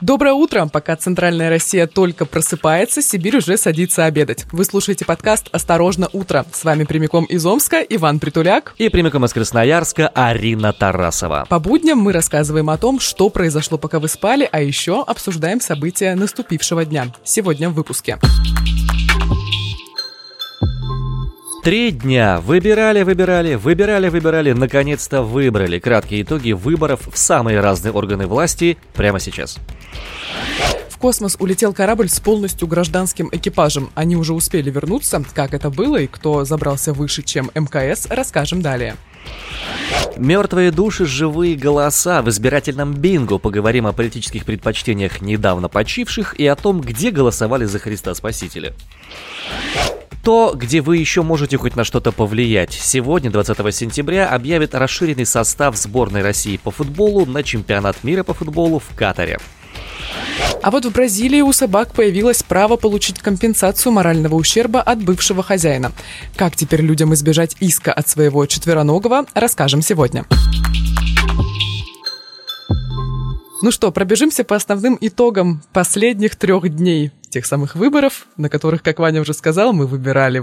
Доброе утро! Пока центральная Россия только просыпается, Сибирь уже садится обедать. Вы слушаете подкаст «Осторожно, утро». С вами прямиком из Омска Иван Притуляк. И прямиком из Красноярска Арина Тарасова. По будням мы рассказываем о том, что произошло, пока вы спали, а еще обсуждаем события наступившего дня. Сегодня в выпуске. 3 дня выбирали, наконец-то выбрали. Краткие итоги выборов в самые разные органы власти прямо сейчас. В космос улетел корабль с полностью гражданским экипажем. Они уже успели вернуться. Как это было и кто забрался выше, чем МКС, расскажем далее. Мертвые души, живые голоса. В избирательном бинго поговорим о политических предпочтениях недавно почивших и о том, где голосовали за Христа Спасителя. То, где вы еще можете хоть на что-то повлиять. Сегодня, 20 сентября, объявят расширенный состав сборной России по футболу на чемпионат мира по футболу в Катаре. А вот в Бразилии у собак появилось право получить компенсацию морального ущерба от бывшего хозяина. Как теперь людям избежать иска от своего четвероногого, расскажем сегодня. Ну что, пробежимся по основным итогам последних 3 дней тех самых выборов, на которых, как Ваня уже сказал, мы выбирали.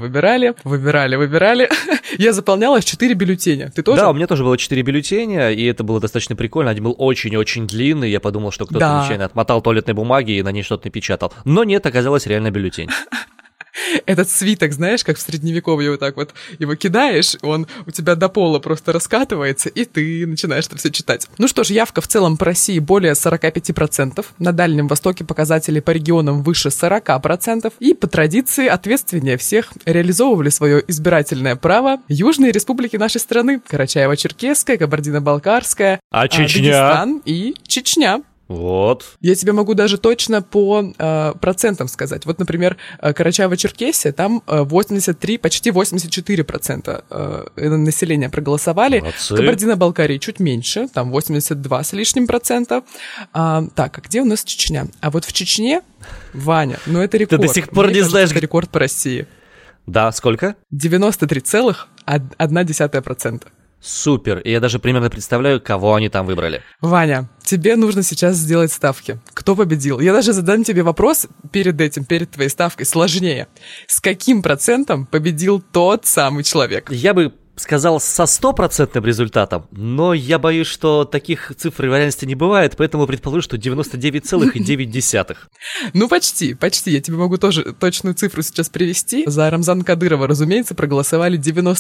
Я заполняла 4 бюллетеня. Ты тоже? Да, у меня тоже было 4 бюллетеня, и это было достаточно прикольно. Один был очень-очень длинный, я подумал, что кто-то нечаянно отмотал туалетной бумаги и на ней что-то напечатал. Но нет, оказалось реально бюллетень. Этот свиток, знаешь, как в Средневековье, вот так вот его кидаешь, он у тебя до пола просто раскатывается, и ты начинаешь это все читать. Ну что ж, явка в целом по России более 45%, на Дальнем Востоке показатели по регионам выше 40%, и по традиции ответственнее всех реализовывали свое избирательное право южные республики нашей страны: Карачаево-Черкесская, Кабардино-Балкарская, Дагестан и Чечня. Вот. Я тебе могу даже точно по процентам сказать. Вот, например, Карачаево-Черкесия, там 83, почти 84% населения проголосовали. Молодцы. В Кабардино-Балкарии чуть меньше, там 82 с лишним процента. Так, а где у нас Чечня? А вот в Чечне, Ваня, ну это рекорд. Ты до сих пор не знаешь, это рекорд по России. Да, сколько? 93,1%. Супер, и я даже примерно представляю, кого они там выбрали. Ваня, тебе нужно сейчас сделать ставки. Кто победил? Я даже задам тебе вопрос перед твоей ставкой сложнее. С каким процентом победил тот самый человек? Я бы сказал со 100% результатом, но я боюсь, что таких цифр в реальности не бывает, поэтому предположу, что 99,9. Ну, почти. Я тебе могу тоже точную цифру сейчас привести. За Рамзана Кадырова, разумеется, проголосовали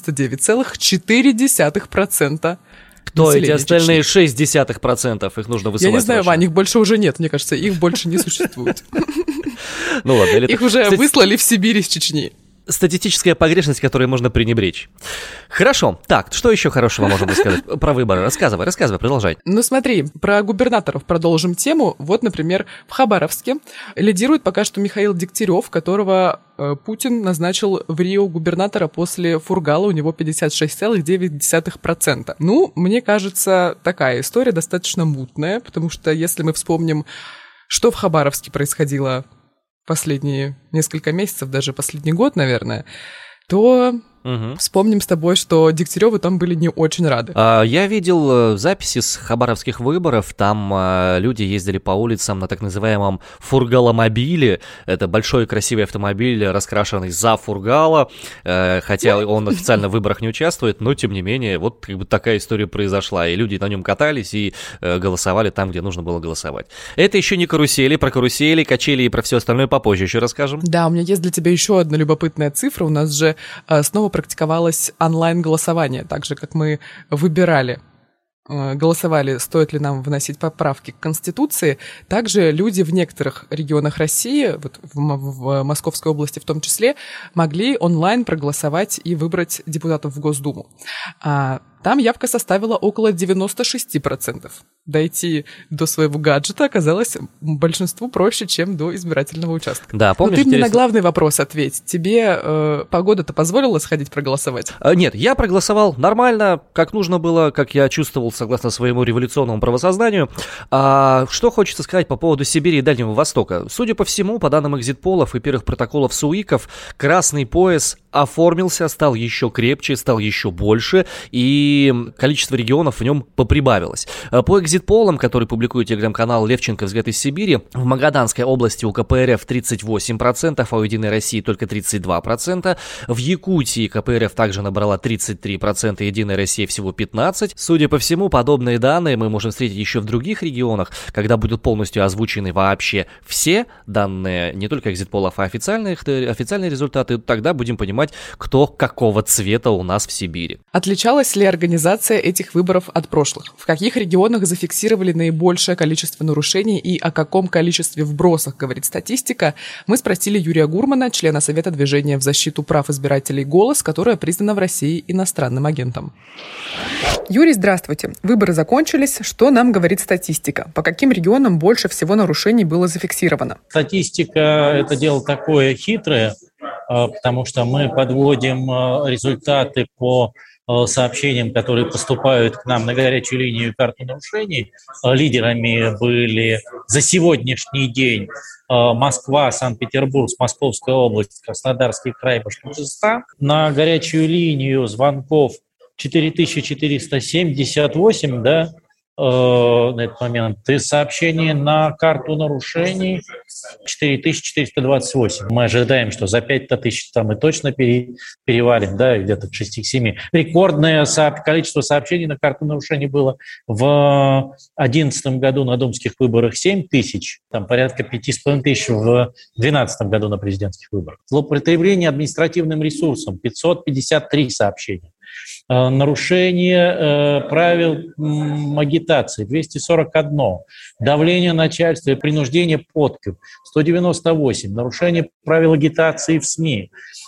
99,4%. Кто эти остальные 0,6%? Их нужно высылать. Я не знаю, Вань, их больше уже нет, мне кажется, их больше не существует. Ну ладно. Их уже выслали в Сибирь из Чечни. Статистическая погрешность, которой можно пренебречь. Хорошо. Так, что еще хорошего можем рассказать про выборы? Рассказывай, продолжай. Ну смотри, про губернаторов продолжим тему. Вот, например, в Хабаровске лидирует пока что Михаил Дегтярев, которого Путин назначил в Рио губернатора после Фургала, у него 56,9%. Ну, мне кажется, такая история достаточно мутная, потому что если мы вспомним, что в Хабаровске происходило последние несколько месяцев, даже последний год, наверное, то вспомним с тобой, что Дегтяревы там были не очень рады. Я видел записи с хабаровских выборов, там люди ездили по улицам на так называемом фургаломобиле. Это большой красивый автомобиль, раскрашенный за Фургала, хотя он официально в выборах не участвует, но тем не менее, вот как бы такая история произошла, и люди на нем катались и голосовали там, где нужно было голосовать. Это еще не карусели, про карусели, качели и про все остальное попозже еще расскажем. Да, у меня есть для тебя еще одна любопытная цифра, у нас же снова практиковалось онлайн-голосование, так же, как мы голосовали, стоит ли нам вносить поправки к Конституции. Также люди в некоторых регионах России, вот в Московской области в том числе, могли онлайн проголосовать и выбрать депутатов в Госдуму. Там явка составила около 96%. Дойти до своего гаджета оказалось большинству проще, чем до избирательного участка. Да, помнишь, но ты мне на главный вопрос ответь. Тебе погода-то позволила сходить проголосовать? Нет, я проголосовал нормально, как нужно было, как я чувствовал, согласно своему революционному правосознанию. Что хочется сказать по поводу Сибири и Дальнего Востока? Судя по всему, по данным экзит-полов и первых протоколов СУИКов, красный пояс оформился, стал еще крепче, стал еще больше, и количество регионов в нем поприбавилось. По экзит экзит-полам, который публикует телеграм-канал «Левченко. Взгляд из Сибири», в Магаданской области у КПРФ 38%, а у «Единой России» только 32%. В Якутии КПРФ также набрала 33%, «Единая Россия» всего 15%. Судя по всему, подобные данные мы можем встретить еще в других регионах, когда будут полностью озвучены вообще все данные, не только экзит-полов, а официальные результаты. Тогда будем понимать, кто какого цвета у нас в Сибири. Отличалась ли организация этих выборов от прошлых? В каких регионах зафиксировали наибольшее количество нарушений и о каком количестве вбросах говорит статистика? Мы спросили Юрия Гурмана, члена Совета движения в защиту прав избирателей «Голос», которое признано в России иностранным агентом. Юрий, здравствуйте. Выборы закончились. Что нам говорит статистика? По каким регионам больше всего нарушений было зафиксировано? Статистика – это дело такое хитрое, потому что мы подводим результаты по сообщениям, которые поступают к нам на горячую линию карты нарушений. Лидерами были за сегодняшний день Москва, Санкт-Петербург, Московская область, Краснодарский край, Башкортостан. На горячую линию звонков 4478, да, на этот момент, и сообщение на карту нарушений 4428. Мы ожидаем, что за 5000 там и точно перевалим, да, где-то к 6-7. Рекордное количество сообщений на карту нарушений было в 2011 году на думских выборах 7000, там порядка 5500 в 2012 году на президентских выборах. Злоупотребление административным ресурсом 553 сообщения. Нарушение правил агитации 241, давление начальства и принуждение подкуп 198, нарушение правил агитации в СМИ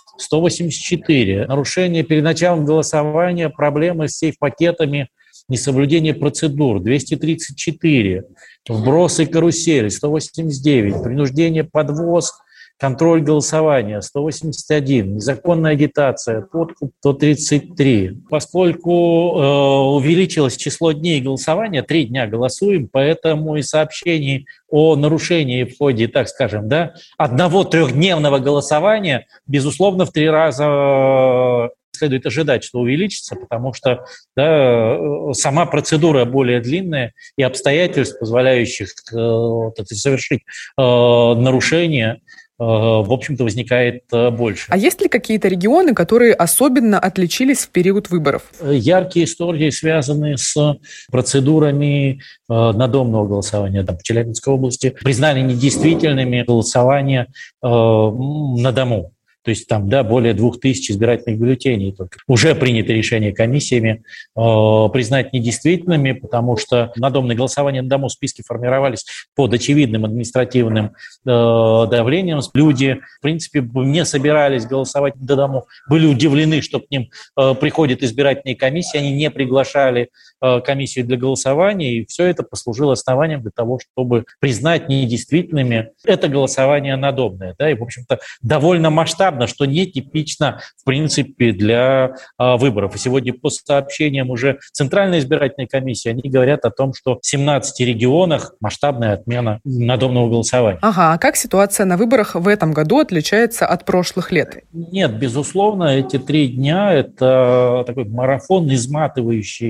184, нарушение перед началом голосования, проблемы с сейф-пакетами, несоблюдение процедур 234, вбросы карусели 189, принуждение подвоз, контроль голосования 181, незаконная агитация, подкуп 133. Поскольку увеличилось число дней голосования, 3 дня голосуем, поэтому и сообщений о нарушении в ходе, так скажем, да, одного 3-дневного голосования, безусловно, в 3 раза следует ожидать, что увеличится, потому что, да, сама процедура более длинная и обстоятельств, позволяющих совершить нарушение, в общем-то, возникает больше. А есть ли какие-то регионы, которые особенно отличились в период выборов? Яркие истории связаны с процедурами надомного голосования. Там, в Челябинской области признали недействительными голосования на дому. То есть там, да, более 2000 избирательных бюллетеней только. Уже принято решение комиссиями признать недействительными, потому что надомные голосования на дому, списки формировались под очевидным административным давлением. Люди, в принципе, не собирались голосовать на дому, были удивлены, что к ним приходят избирательные комиссии, они не приглашали комиссию для голосования, и все это послужило основанием для того, чтобы признать недействительными это голосование надомное. Да, и, в общем-то, довольно масштабно, что нетипично, в принципе, для выборов. И сегодня по сообщениям уже Центральной избирательной комиссии они говорят о том, что в 17 регионах масштабная отмена надомного голосования. Ага, а как ситуация на выборах в этом году отличается от прошлых лет? Нет, безусловно, эти 3 дня – это такой марафон изматывающий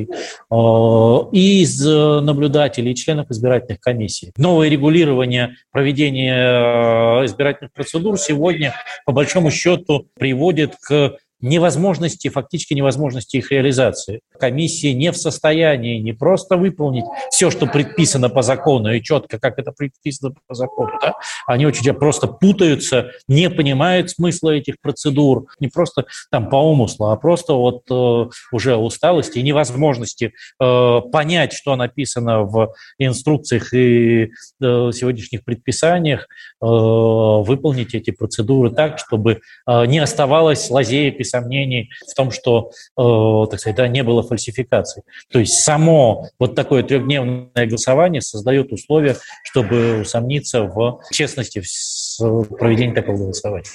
из наблюдателей и членов избирательных комиссий. Новое регулирование проведения избирательных процедур сегодня, по большому счету, приводит к невозможности, фактически невозможности их реализации. Комиссия не в состоянии не просто выполнить все, что предписано по закону, и четко, как это предписано по закону. Да? Они очень просто путаются, не понимают смысла этих процедур, не просто там по умыслу, а просто вот уже усталости и невозможности понять, что написано в инструкциях и сегодняшних предписаниях, выполнить эти процедуры так, чтобы не оставалось лазеек и сомнений в том, что, так сказать, да, не было фальсификаций. То есть само вот такое 3-дневное голосование создает условия, чтобы усомниться в честности с проведения такого голосования.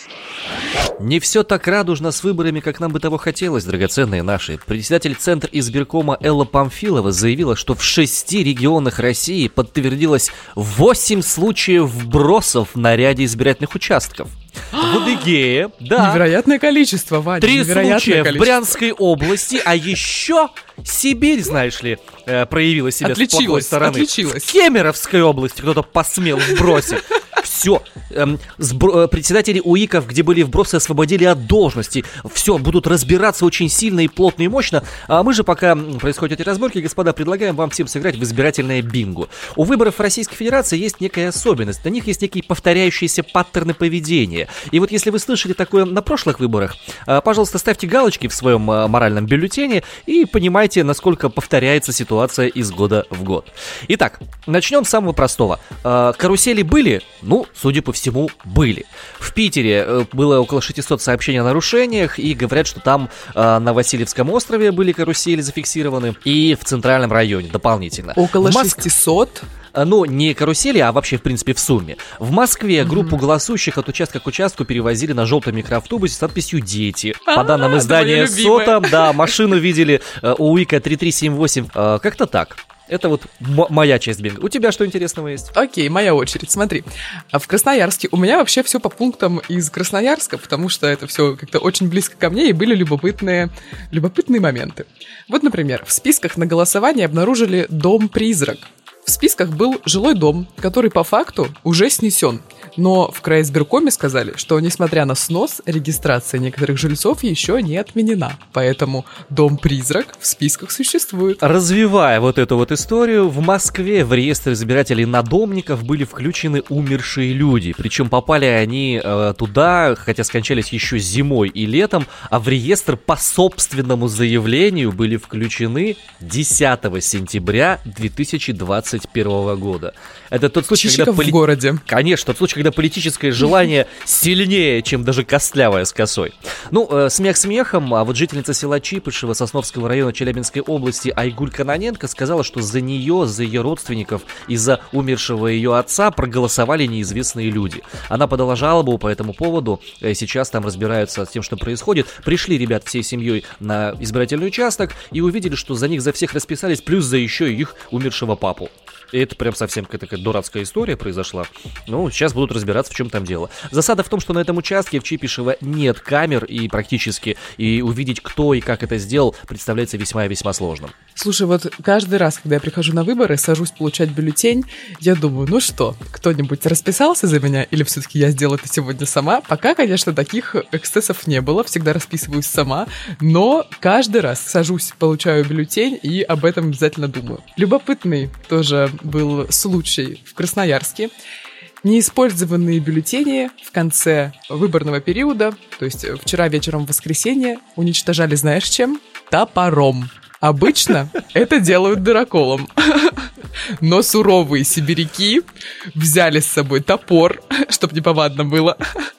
Не все так радужно с выборами, как нам бы того хотелось, драгоценные наши. Председатель Центра избиркома Элла Памфилова заявила, что в 6 регионах России подтвердилось 8 случаев вбросов на ряде избирательных участков. В Адыгее, да. Невероятное количество, Ваня. 3 случая количество. в Брянской области, а еще Сибирь, знаешь ли, проявила себя с плохой стороны. Отличилась. В Кемеровской области кто-то посмел вбросить. Все, председатели УИКов, где были вбросы, освободили от должности. Все, будут разбираться очень сильно и плотно и мощно. А мы же, пока происходят эти разборки, господа, предлагаем вам всем сыграть в избирательное бинго. У выборов в Российской Федерации есть некая особенность. На них есть некие повторяющиеся паттерны поведения. И вот если вы слышали такое на прошлых выборах, пожалуйста, ставьте галочки в своем моральном бюллетене и понимайте, насколько повторяется ситуация из года в год. Итак, начнем с самого простого. Карусели были? Ну, судя по всему, были. В Питере было около 600 сообщений о нарушениях, и говорят, что там на Васильевском острове были карусели зафиксированы, и в центральном районе дополнительно. Около 600? Ну, не карусели, а вообще, в принципе, в сумме. В Москве группу голосующих от участка к участку перевозили на желтом микроавтобусе с надписью «Дети». По данным издания СОТа, да, машину видели у УИКа 3378. Как-то так. Это вот моя часть бинго. У тебя что интересного есть? Окей, моя очередь. Смотри, в Красноярске у меня вообще все по пунктам из Красноярска, потому что это все как-то очень близко ко мне, и были любопытные моменты. Вот, например, в списках на голосование обнаружили дом-призрак. В списках был жилой дом, который по факту уже снесен. Но в краизбиркоме сказали, что, несмотря на снос, регистрация некоторых жильцов еще не отменена. Поэтому дом-призрак в списках существует. Развивая вот эту вот историю, в Москве в реестр избирателей надомников были включены умершие люди. Причем попали они туда, хотя скончались еще зимой и летом, а в реестр по собственному заявлению были включены 10 сентября 2021 года. Это тот случай, Чичиков когда в городе. Конечно, тот случай, когда политическое желание сильнее, чем даже костлявая с косой. Ну, смех смехом, а вот жительница села Чипышево Сосновского района Челябинской области Айгуль Каноненко сказала, что за нее, за ее родственников и за умершего ее отца проголосовали неизвестные люди. Она подала жалобу по этому поводу, сейчас там разбираются с тем, что происходит. Пришли ребят всей семьей на избирательный участок и увидели, что за них за всех расписались, плюс за еще их умершего папу. И это прям совсем такая дурацкая история произошла. Ну, сейчас будут разбираться, в чем там дело. Засада в том, что на этом участке в Чипишево нет камер и практически, и увидеть, кто и как это сделал, представляется весьма и весьма сложным. Слушай, вот каждый раз, когда я прихожу на выборы, сажусь получать бюллетень, я думаю, ну что, кто-нибудь расписался за меня, или все-таки я сделала это сегодня сама? Пока, конечно, таких эксцессов не было, всегда расписываюсь сама, но каждый раз сажусь, получаю бюллетень и об этом обязательно думаю. Любопытный тоже был случай в Красноярске. Неиспользованные бюллетени в конце выборного периода, то есть вчера вечером в воскресенье, уничтожали, знаешь чем? Топором. Обычно это делают дыроколом. Но суровые сибиряки взяли с собой топор, чтобы неповадно было,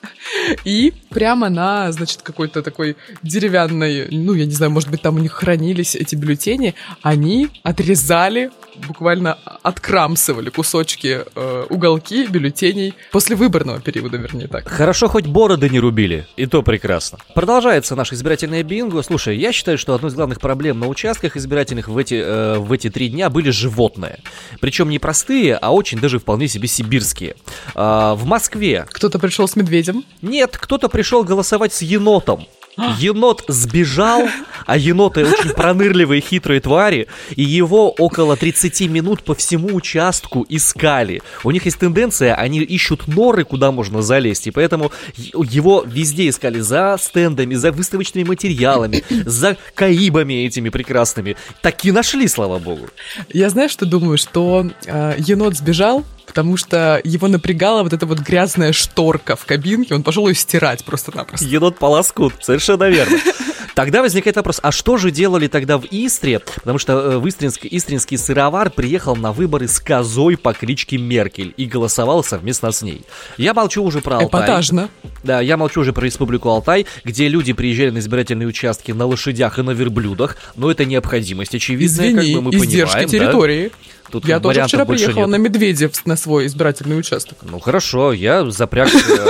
и прямо на, значит, какой-то такой деревянной, ну, я не знаю, может быть, там у них хранились эти бюллетени, они отрезали, буквально открамсывали кусочки, уголки бюллетеней после выборного периода, вернее так. Хорошо, хоть бороды не рубили, и то прекрасно. Продолжается наше избирательное бинго. Слушай, я считаю, что одной из главных проблем на участках избирательных в эти 3 дня были животные. Причем не простые, а очень даже вполне себе сибирские. В Москве... Кто-то пришел с медведем? Нет, кто-то пришел голосовать с енотом. Енот сбежал, а еноты очень пронырливые, хитрые твари, и его около 30 минут по всему участку искали. У них есть тенденция, они ищут норы, куда можно залезть, и поэтому его везде искали за стендами, за выставочными материалами, за каибами этими прекрасными. Так и нашли, слава богу. Я знаю, что думаю, что енот сбежал, потому что его напрягала вот эта вот грязная шторка в кабинке, он пошел ее стирать просто-напросто. Енот-полоскут, совершенно верно. Тогда возникает вопрос, а что же делали тогда в Истре? Потому что истринский сыровар приехал на выборы с козой по кличке Меркель и голосовал совместно с ней. Я молчу уже про Алтай. Эпатажно. Да, я молчу уже про Республику Алтай, где люди приезжали на избирательные участки на лошадях и на верблюдах, но это необходимость очевидная, извини, как бы мы издержки понимаем. Территории. Да? Тут Я тоже вчера больше приехала нет. на Медведев на свой избирательный участок. Ну хорошо, я запряг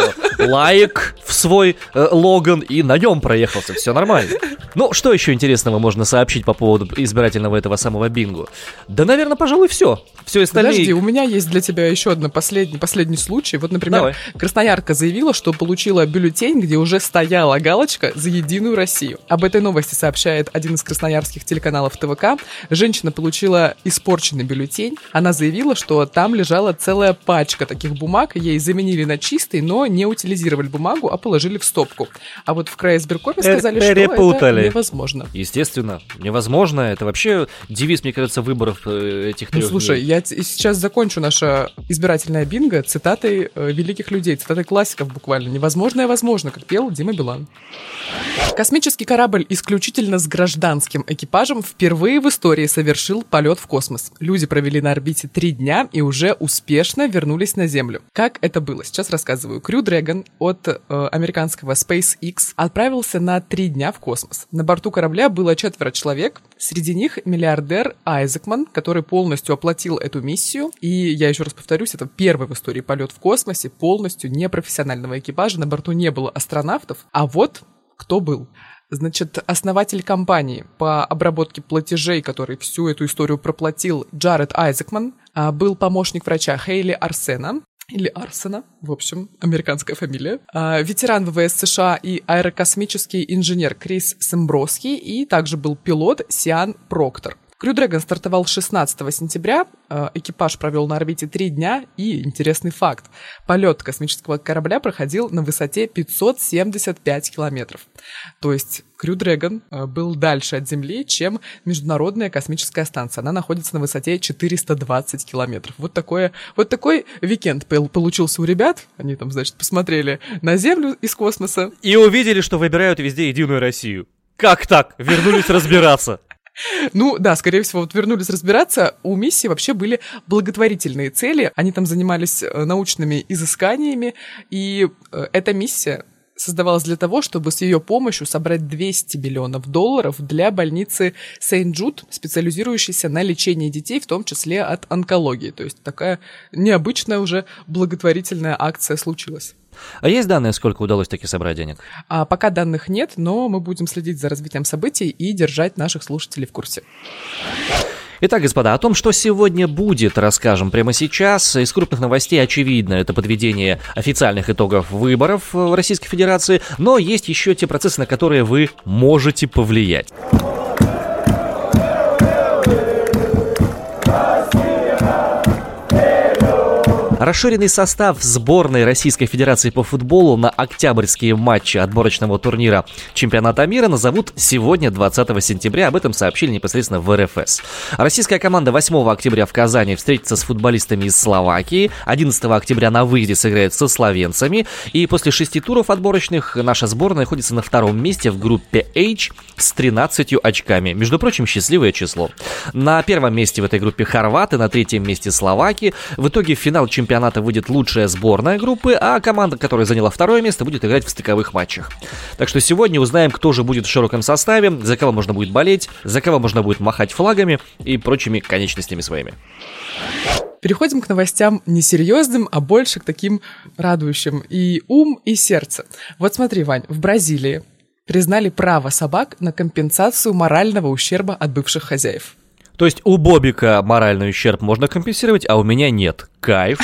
лайк в свой логан и на нем проехался, все нормально. Ну, что еще интересного можно сообщить по поводу избирательного этого самого бинго? Да, наверное, пожалуй, все. Все остальные... Подожди, у меня есть для тебя еще один последний случай. Вот, например, Давай. Красноярка заявила, что получила бюллетень, где уже стояла галочка «За Единую Россию». Об этой новости сообщает один из красноярских телеканалов ТВК. Женщина получила испорченный бюллетень. Она заявила, что там лежала целая пачка таких бумаг. Ей заменили на чистый, но не утилизировали бумагу, а положили в стопку. А вот в краизбиркоме сказали, что это невозможно. Естественно, невозможно. Это вообще девиз, мне кажется, выборов этих 3 дней. Слушай, я сейчас закончу наше избирательное бинго цитатой великих людей, цитатой классиков буквально. «Невозможное возможно», как пел Дима Билан. Космический корабль исключительно с гражданским экипажем впервые в истории совершил полет в космос. Люди провели на орбите 3 дня и уже успешно вернулись на Землю. Как это было? Сейчас рассказываю. Crew Dragon от американского SpaceX отправился на 3 дня в космос. На борту корабля было 4 человек. Среди них миллиардер Айзекман, который полностью оплатил эту миссию. И я еще раз повторюсь, это первый в истории полет в космосе полностью непрофессионального экипажа. На борту не было астронавтов. А вот кто был? Значит, основатель компании по обработке платежей, который всю эту историю проплатил, Джаред Айзекман, был помощник врача Хейли Арсена, или Арсена, в общем, американская фамилия, ветеран ВВС США и аэрокосмический инженер Крис Семброский, и также был пилот Сиан Проктор. Crew Dragon стартовал 16 сентября, экипаж провел на орбите 3 дня, и интересный факт, полет космического корабля проходил на высоте 575 километров. То есть Crew Dragon был дальше от Земли, чем Международная космическая станция. Она находится на высоте 420 километров. Вот такой уикенд получился у ребят. Они там, значит, посмотрели на Землю из космоса. И увидели, что выбирают везде Единую Россию. Как так? Вернулись разбираться. Ну да, скорее всего, вот вернулись разбираться. У миссии вообще были благотворительные цели. Они там занимались научными изысканиями. И эта миссия создавалась для того, чтобы с ее помощью собрать $200 миллионов для больницы Сент-Джуд, специализирующейся на лечении детей, в том числе от онкологии. То есть такая необычная уже благотворительная акция случилась. А есть данные, сколько удалось таки собрать денег? Пока данных нет, но мы будем следить за развитием событий и держать наших слушателей в курсе. Итак, господа, о том, что сегодня будет, расскажем прямо сейчас. Из крупных новостей очевидно, это подведение официальных итогов выборов в Российской Федерации, но есть еще те процессы, на которые вы можете повлиять. Расширенный состав сборной Российской Федерации по футболу на октябрьские матчи отборочного турнира чемпионата мира назовут сегодня, 20 сентября. Об этом сообщили непосредственно в РФС. Российская команда 8 октября в Казани встретится с футболистами из Словакии. 11 октября на выезде сыграет со словенцами. И после 6 туров отборочных наша сборная находится на 2-м месте в группе H с 13 очками. Между прочим, счастливое число. На 1-м месте в этой группе хорваты, на 3-м месте словаки. В итоге в финал чемпионата выйдет лучшая сборная группы, а команда, которая заняла 2-е место, будет играть в стыковых матчах. Так что сегодня узнаем, кто же будет в широком составе, за кого можно будет болеть, за кого можно будет махать флагами и прочими конечностями своими. Переходим к новостям не серьезным, а больше к таким радующим и ум, и сердце. Вот смотри, Вань, в Бразилии признали право собак на компенсацию морального ущерба от бывших хозяев. То есть у Бобика моральный ущерб можно компенсировать, а у меня нет. Кайф.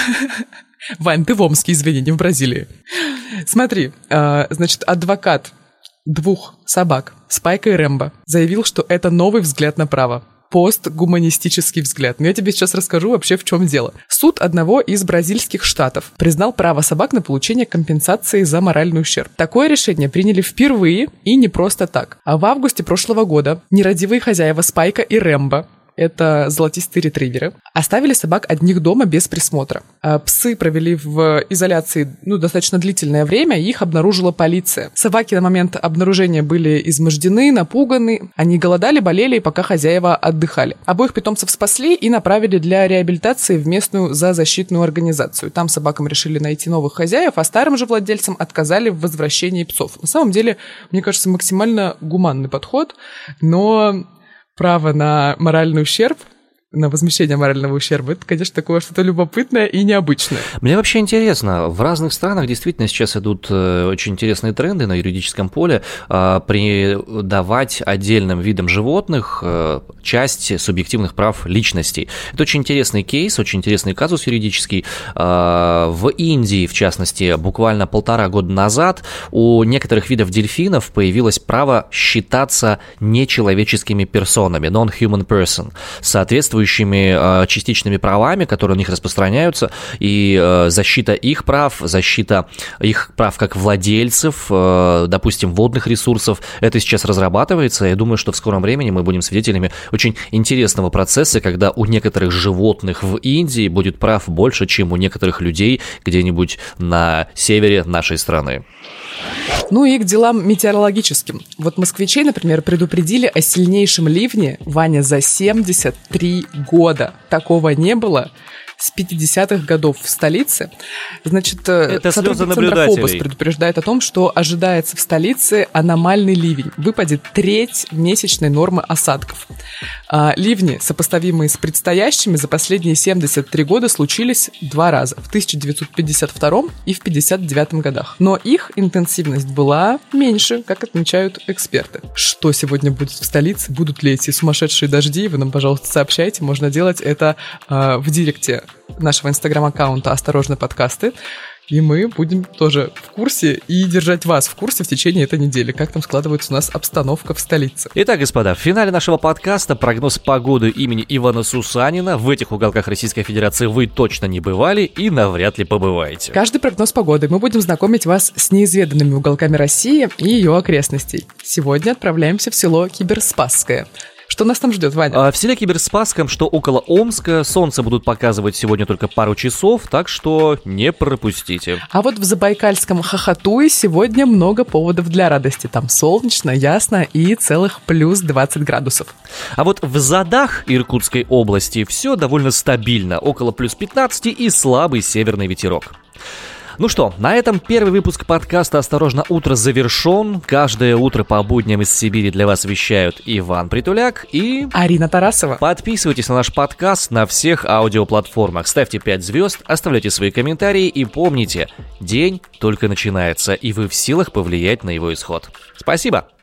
Вань, ты в Омске, извини, не в Бразилии. Смотри, значит, адвокат 2 собак, Спайка и Рэмбо, заявил, что это новый взгляд на право. Постгуманистический взгляд. Но я тебе сейчас расскажу вообще, в чем дело. Суд одного из бразильских штатов признал право собак на получение компенсации за моральный ущерб. Такое решение приняли впервые и не просто так. А в августе прошлого года нерадивые хозяева Спайка и Рэмбо, это золотистые ретриверы, оставили собак одних дома без присмотра. Псы провели в изоляции достаточно длительное время, и их обнаружила полиция. Собаки на момент обнаружения были измождены, напуганы, они голодали, болели, пока хозяева отдыхали. Обоих питомцев спасли и направили для реабилитации в местную зоозащитную организацию. Там собакам решили найти новых хозяев, а старым же владельцам отказали в возвращении псов. На самом деле, мне кажется, максимально гуманный подход, но право на моральный ущерб на возмещение морального ущерба. Это, конечно, такое что-то любопытное и необычное. Мне вообще интересно, в разных странах действительно сейчас идут очень интересные тренды на юридическом поле придавать отдельным видам животных часть субъективных прав личностей. Это очень интересный кейс, очень интересный казус юридический. В Индии, в частности, буквально 1,5 года назад у некоторых видов дельфинов появилось право считаться нечеловеческими персонами, non-human person, соответствующими частичными правами, которые у них распространяются, и защита их прав как владельцев, допустим, водных ресурсов, это сейчас разрабатывается. Я думаю, что в скором времени мы будем свидетелями очень интересного процесса, когда у некоторых животных в Индии будет прав больше, чем у некоторых людей где-нибудь на севере нашей страны. Ну и к делам метеорологическим. Вот москвичей, например, предупредили о сильнейшем ливне, Ваня, за 73 года. Такого не было с 50-х годов в столице. Значит, сотрудник Центра Фобос предупреждает о том, что ожидается в столице аномальный ливень. Выпадет треть месячной нормы осадков. Ливни, сопоставимые с предстоящими, за последние 73 года случились 2 раза. В 1952 и в 1959 годах. Но их интенсивность была меньше, как отмечают эксперты. Что сегодня будет в столице? Будут ли эти сумасшедшие дожди? Вы нам, пожалуйста, сообщайте. Можно делать это в директе нашего инстаграм-аккаунта «Осторожно, подкасты». И мы будем тоже в курсе и держать вас в курсе в течение этой недели, как там складывается у нас обстановка в столице. Итак, господа, в финале нашего подкаста прогноз погоды имени Ивана Сусанина. В этих уголках Российской Федерации вы точно не бывали и навряд ли побываете. Каждый прогноз погоды мы будем знакомить вас с неизведанными уголками России и ее окрестностей. Сегодня отправляемся в село Киберспасское. Что нас там ждет, Ваня? В селе Киберспасском, что около Омска, солнце будут показывать сегодня только пару часов, так что не пропустите. А вот в Забайкальском Хохотуе сегодня много поводов для радости. Там солнечно, ясно и целых плюс 20 градусов. А вот в Задах Иркутской области все довольно стабильно, около плюс 15 и слабый северный ветерок. Ну что, на этом первый выпуск подкаста «Осторожно, утро» завершен. Каждое утро по будням из Сибири для вас вещают Иван Притуляк и Арина Тарасова. Подписывайтесь на наш подкаст на всех аудиоплатформах, ставьте 5 звезд, оставляйте свои комментарии и помните, день только начинается, и вы в силах повлиять на его исход. Спасибо!